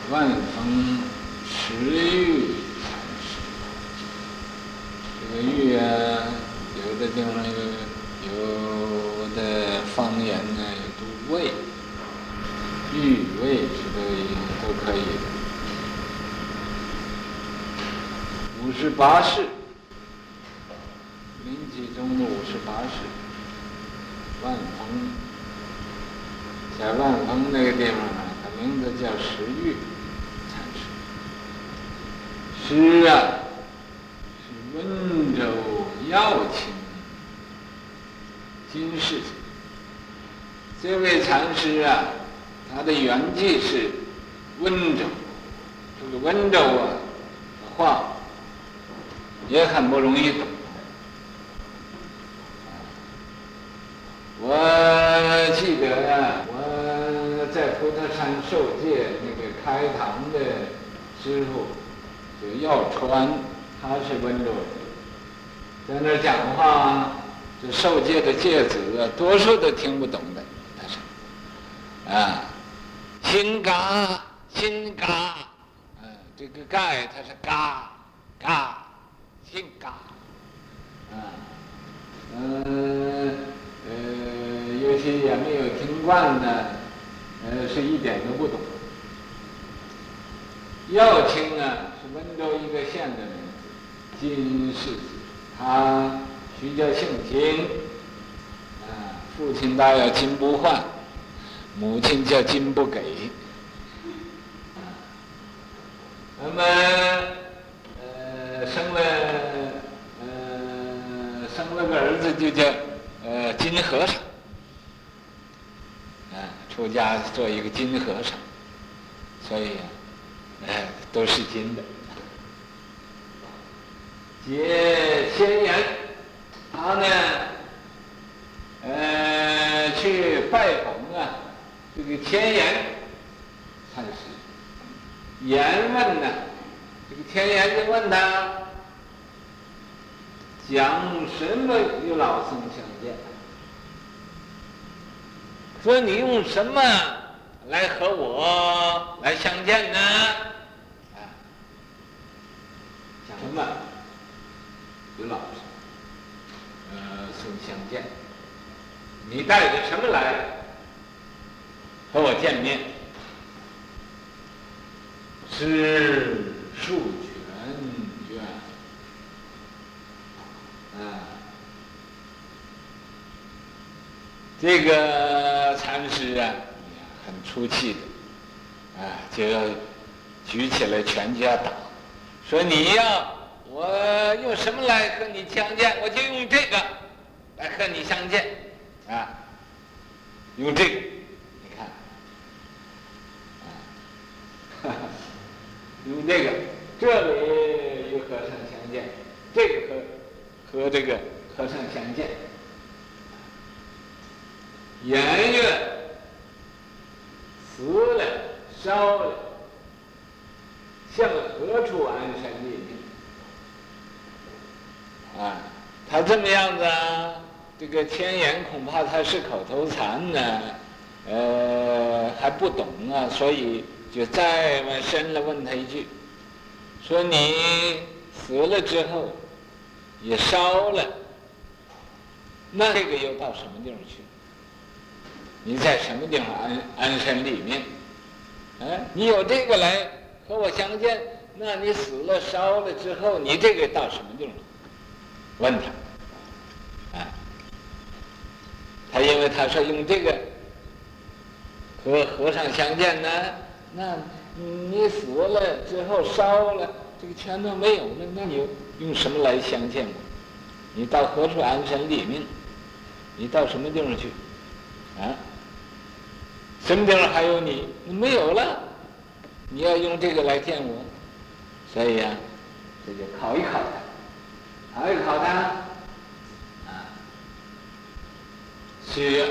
万风持玉这个玉啊，有的地方有的方言呢有读味，玉味是都可以的。58世，临济宗的58世，万峰，在万峰那个地方呢，它名字叫石玉禅师。石啊，是温州耀卿金世。这位禅师啊，他的原籍是温州。这个温州啊，话也很不容易懂。我记得啊，我在佛陀山受戒那个开堂的师傅就耀川，他是温州人，在那儿讲话，这受戒的戒子啊，多数都听不懂的。他说啊，心嘎心嘎，这个盖它是嘎嘎。性嘎，有些也没有听惯呢，是一点都不懂。耀卿啊，是温州一个县的名字，金世子，他徐家姓金，父亲大叫金不换，母亲叫金不给，那么生了个儿子就叫金和尚，出家做一个金和尚，所以都是金的。结仙言，他呢去拜访啊这个天颜禅师，颜问呢，这个天颜就问他。讲什么与老僧相见？说你用什么来和我来相见呢？讲什么与老僧相见？你带着什么来和我见面？是数全愿。这个禅师啊，很出气的，就要举起来拳就要打，说你要我用什么来和你相见，我就用这个来和你相见，用这个，你看，用这个，这里与和尚相见，这个和这个和尚相见。颜月死了烧了，向何处安身立命？他这么样子啊，这个天颜恐怕他是口头禅呢，还不懂啊，所以就再问深了问他一句，说你死了之后也烧了，那这个又到什么地方去？你在什么地方安身立命？你有这个来和我相见，那你死了烧了之后，你这个到什么地方？问他，他因为他说用这个和和尚相见呢，那你死了之后烧了，这个全都没有了，那你用什么来相见我？你到何处安身立命？你到什么地方去？什么地方还有你？没有了，你要用这个来见我，所以呀，这就考一考他，考一考他，是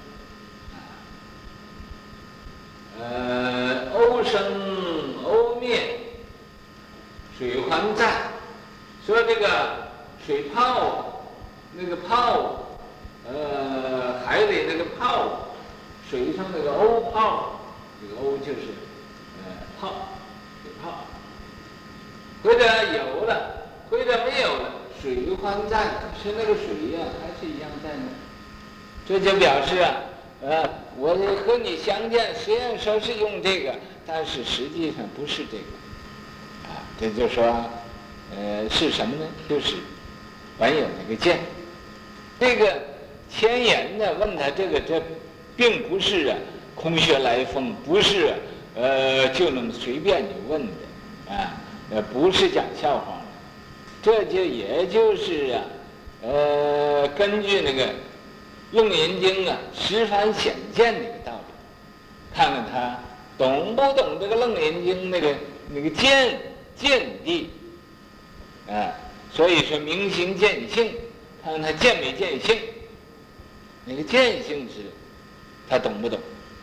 欧生欧灭，水还在。说这个水泡，那个泡，海里那个泡。水上那个欧泡，这个欧就是泡， 水泡，或者有了，或者没有了，水还在，可是那个水呀、还是一样在呢。这就表示我和你相见，虽然说是用这个，但是实际上不是这个，这就说，是什么呢？就是还有那个见。这个千言呢，问他这并不是空穴来风，不是就那么随便你问的不是讲笑话的，这就也就是根据那个《楞严经》十番显见那个道理，看看他懂不懂这个《楞严经》那个见地所以说明心见性，看看他见没见性，那个见性是他懂不懂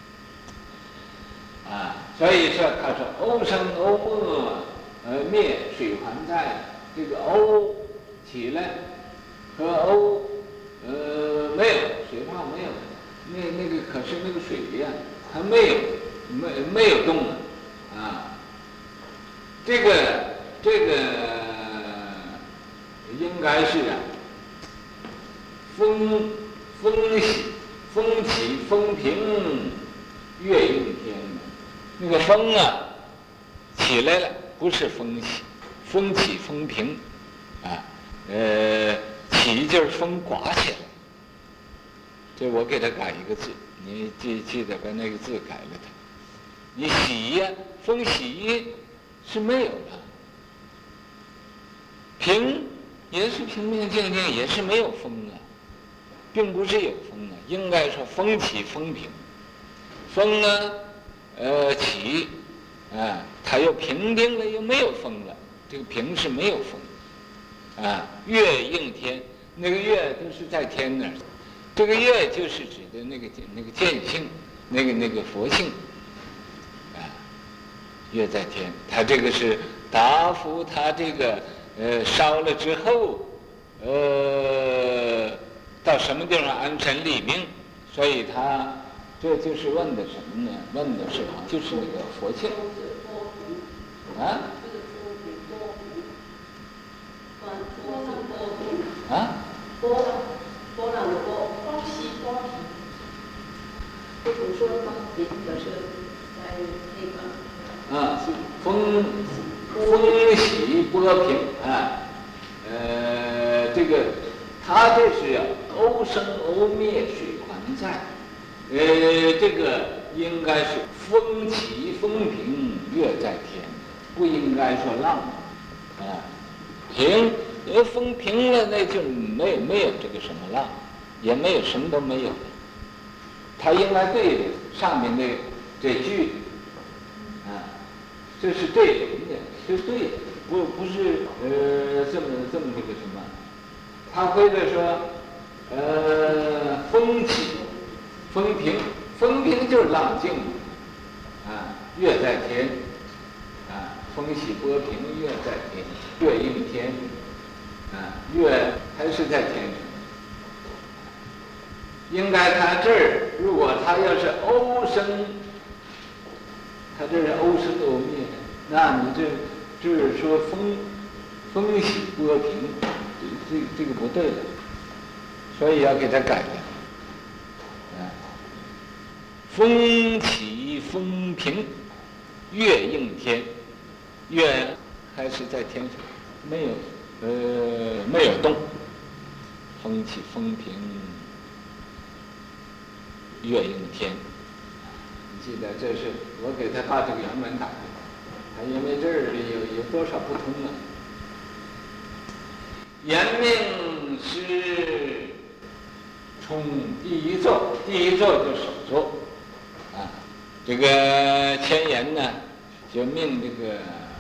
所以说他说欧生欧没灭水还在，这个欧起来和欧没有水泡没有，那个可是那个水呀，它没有动这个应该是风起风平月应天，那个风起来了，不是风起，风起风平起就是风刮起来。这我给他改一个字，你记得把那个字改了它。你喜呀，风喜是没有的，平也是平平静静，也是没有风并不是有风应该说风起风平。风起它又平定了，又没有风了，这个平是没有风月应天，那个月都是在天那儿，这个月就是指的那个见性，那个佛性月在天，他这个是答复他这个烧了之后到什么地方安身立命，所以他这就是问的什么呢？问的是就是那个佛性波浪的波，光喜光平。不总说光平有时候在那个风喜波平这个他这是欧生欧灭水还在，这个应该是风起风平月在天，不应该说浪平。因为风平了，那就没有这个什么浪，也没有什么都没有了。它应该对上面这句这是对人的，是对的，不是这么这个什么。他会的说风起风平，风平就是浪静月在天风起波平月在天，月应天月还是在天上。应该他这儿如果他要是欧生，他这是欧生欧灭，那你这是说风起波平，这个不对了，所以要给他改了风起风平月应天，月还是在天上，没有动，风起风平月应天。你记得这是我给他把这个原文打的，因为这儿有多少不通言命是从第一座就首座这个千言呢就命这个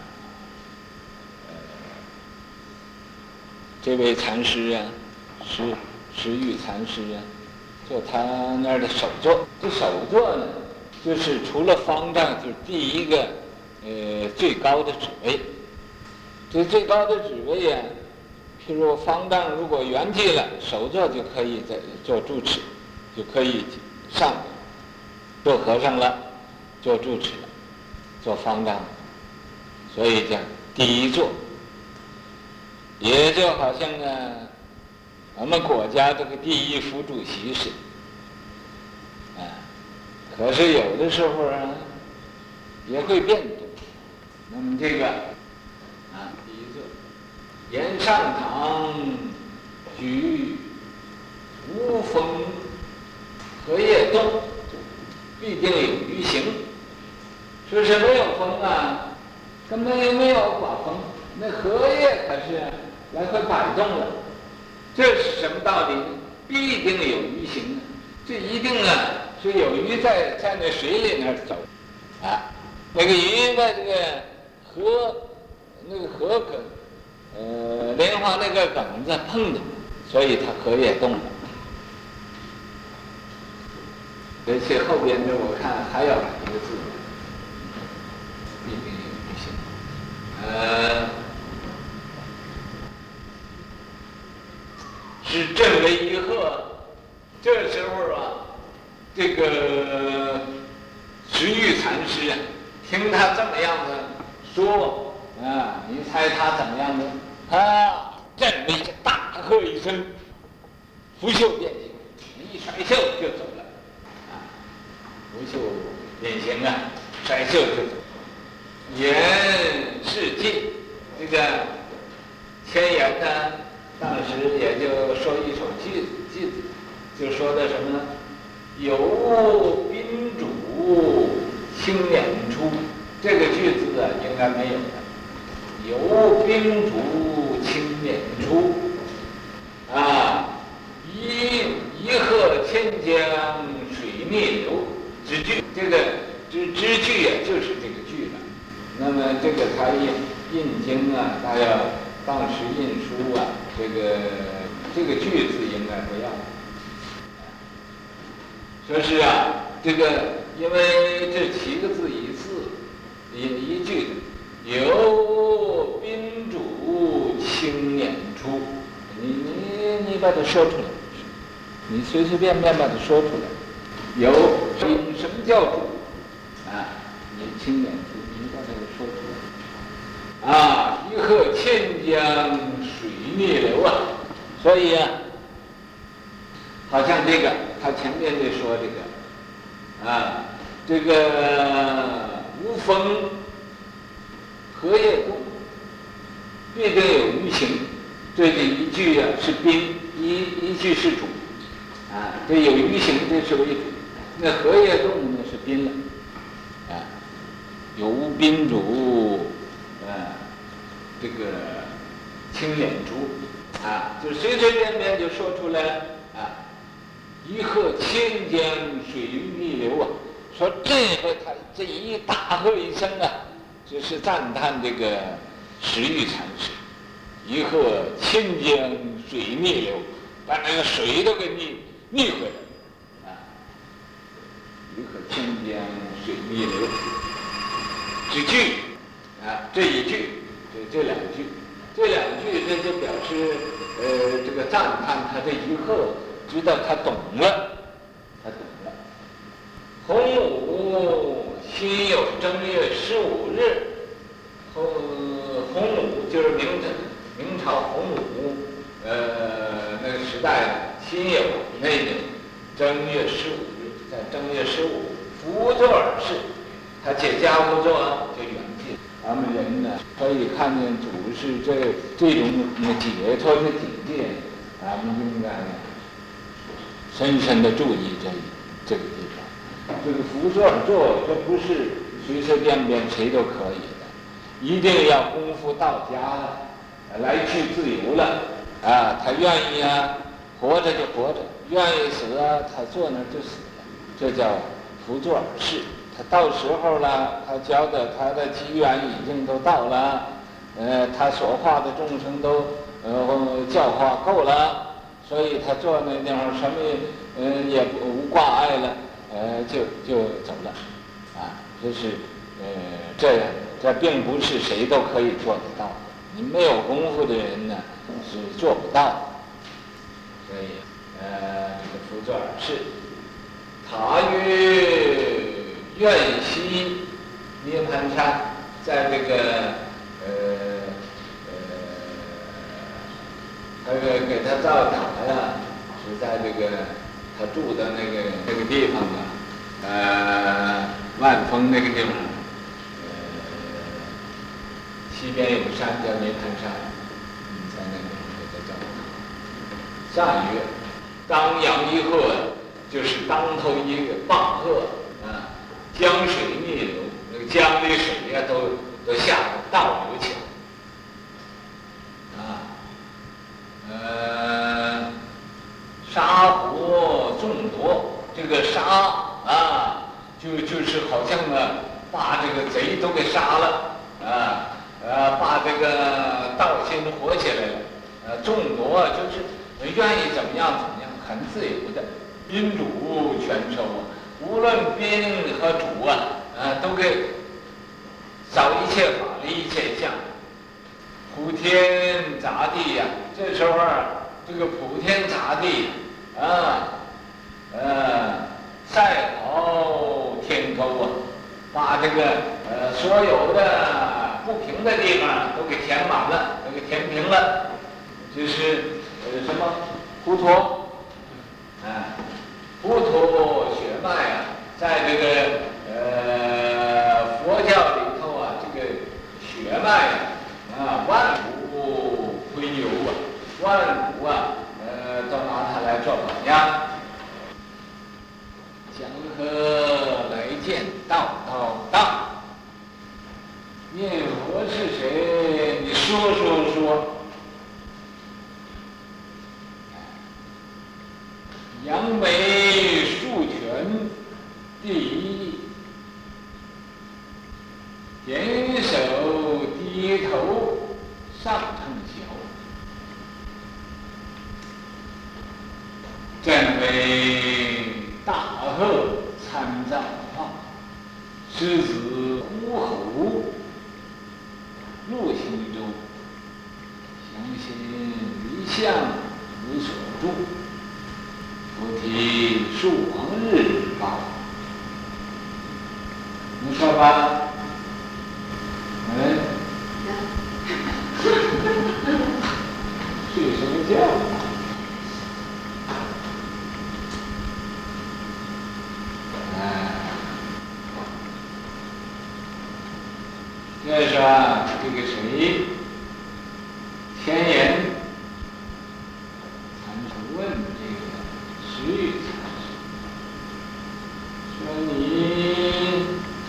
这位禅师石玉禅师做他那儿的首座。这首座呢，就是除了方丈，就是第一个最高的职位。这最高的职位譬如方丈如果圆寂了，首座就可以在做住持，就可以上做和尚了，做住持了，做方丈。 所以叫第一座。也就好像呢，我们国家这个第一副主席是，可是有的时候啊，也会变动。那么这个第一座，沿上堂举无风荷叶动，必定有余行。说是没有风啊，根本也没有刮风，那荷叶可是来回摆动了。这是什么道理呢？必定有鱼行，这一定是有鱼在那水里那走那个鱼在这个河梗莲花那个梗子碰的，所以它荷叶动了。而且后边呢，我看还有一个字，必定有鱼行。是震为一鹤。这时候这个石玉禅师听他这么样子说你猜他怎么样呢？震为大喝一声，拂袖便行，一甩袖就走了拂袖便行甩袖就走。言是尽，这个千言呢，当时也就说一首句子，就说的什么呢？由宾主清演出，这个句子应该没有的。由宾主清演出一鹤千江水逆流之句，这个之句就是这个句了。那么这个他印经他要当时印书这个句子应该不要。说是这个因为这7个字一句的，由宾主清演出，你把它说出来，你随随便便把它说出来。由什么叫主你清演出，你把它说出来一鹤千江水逆流所以好像这个他前面就说这个无风荷叶动，必定有余行。这一句是宾，一句是主这有余行这是为主，那荷叶动呢是宾了有无宾主这个清演出就随随便便就说出来了一鹤千江水逆流说这回他这一大喝一声这是赞叹这个石玉禅师，一鹤千江水逆流，把那个水都给逆回来一鹤千江水逆流之句这一句这两句这就表示这个赞叹他这一鹤，知道他懂了。洪武辛酉正月15日，洪武就是明朝洪武那个时代辛酉那年正月15日，在正月15辅佐而逝，他解家辅佐就圆寂。咱们人可以看见祖师这种解脱的境界，咱们应该深深的注意这个地方。这个辅佐而坐，这不是随随便便谁都可以的，一定要功夫到家了，来去自由了他愿意活着就活着，愿意死他坐那儿就死了，这叫辅佐而逝。他到时候了，他觉得他的机缘已经都到了，他所化的众生都教化够了，所以他坐那地方什么也无挂碍了，就走了这是这并不是谁都可以做得到的，你没有功夫的人呢是做不到的。所以辅佐而逝。他曰愿兮涅盘山， 在这个他给他造塔呀，是在这个他住的那个地方啊，万丰那个地方，西边有个山叫泥潭山，在那个地方给他造塔。上月，当阳一鹤，就是当头一个放鹤啊，江水逆流，那个江的水呀都下倒流起来啊，沙湖众多，这个沙啊，就是好像把这个贼都给杀了啊，把这个道心活起来了，众多就是愿意怎么样，很自由的，宾主全收啊，无论宾和主都给扫一切法律一切相。普天杂地呀，这时候这个普天杂地赛跑天沟啊，把这个所有的不平的地方都给填满了，都给填平了，就是什么糊涂糊涂血脉啊，在这个佛教里头啊，这个血脉万古推牛万古都拿它来做榜样。江河来见道，念佛是谁？你说。扬眉竖拳第一，点手低头上乘小，正为大鹤参造化，狮子呼吼入行舟，相信离相无所住，菩提树王日高。你说吧，睡什么觉？这是这个谁，天眼禅师问这个石玉禅师，说你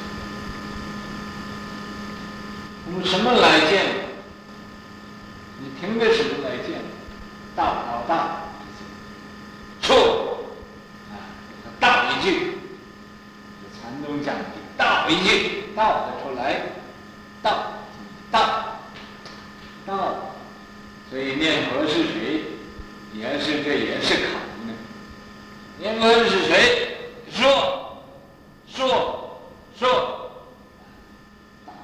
用什么来见我？你凭着什么来见我？道，错道一句，禅宗讲的道一句，道得出来，道，所以念佛是谁，也是考呢。念佛是谁？说，道，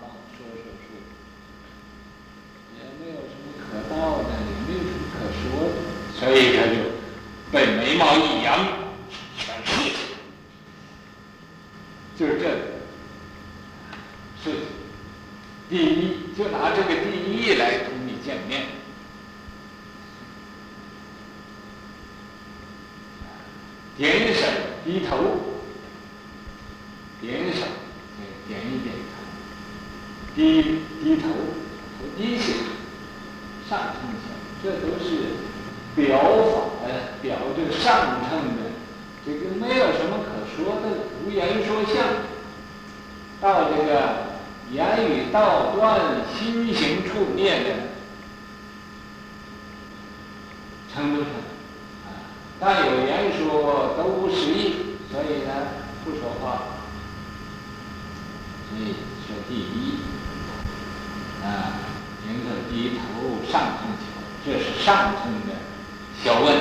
也没有什么可道的，也没有什么可说的，所以他就被眉毛一扬，全是，就是这个是第一，就拿这个第一来同你见面。点手低头，点手点一点头，低头低下，上乘小，这都是表法表这个上乘的，这个没有什么可说的，无言说相。到这个言语道断，心行处灭的程度上。但有言说都无实意，所以呢不说话。所以说第一点手低头上乘小，这是上乘的小问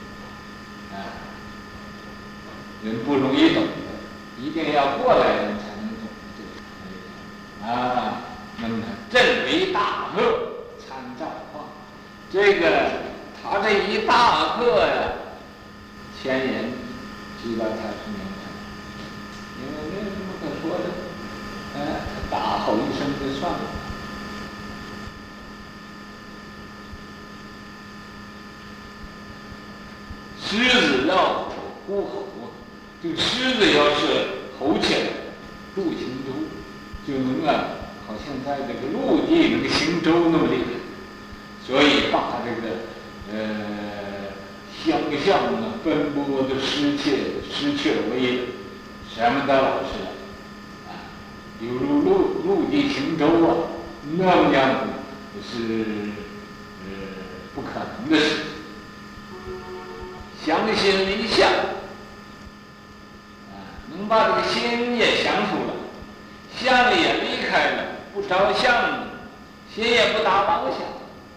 人不容易懂的，一定要过来人才能懂这个那么正为大鹤参照化，这个他这一大鹤呀，前人知道他是名臣，因为没有什么可说的， 大吼一声就算了。狮子要呼吼，这个狮子要是吼起来，陆行舟就能好像在这个陆地能行舟那么厉害，所以把这个相向奔波的失去了威了，什么都老实了，犹如陆地行舟那么样是不可能的事情。相心离相，能把这个心也想出了，相也离开了，不着相，心也不打妄想，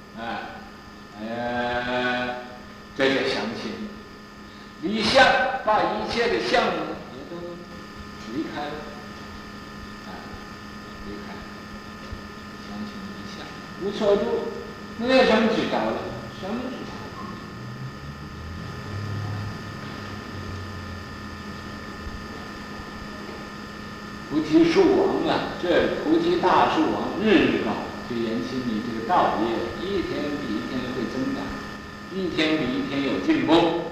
这叫相心。离相，把一切的相也都离开了，离开了，相心离相，无所住，没有什么知道了，什么知道？菩提树王这菩提大树王日日高，就言其你这个道业一天比一天会增长，一天比一天有进步。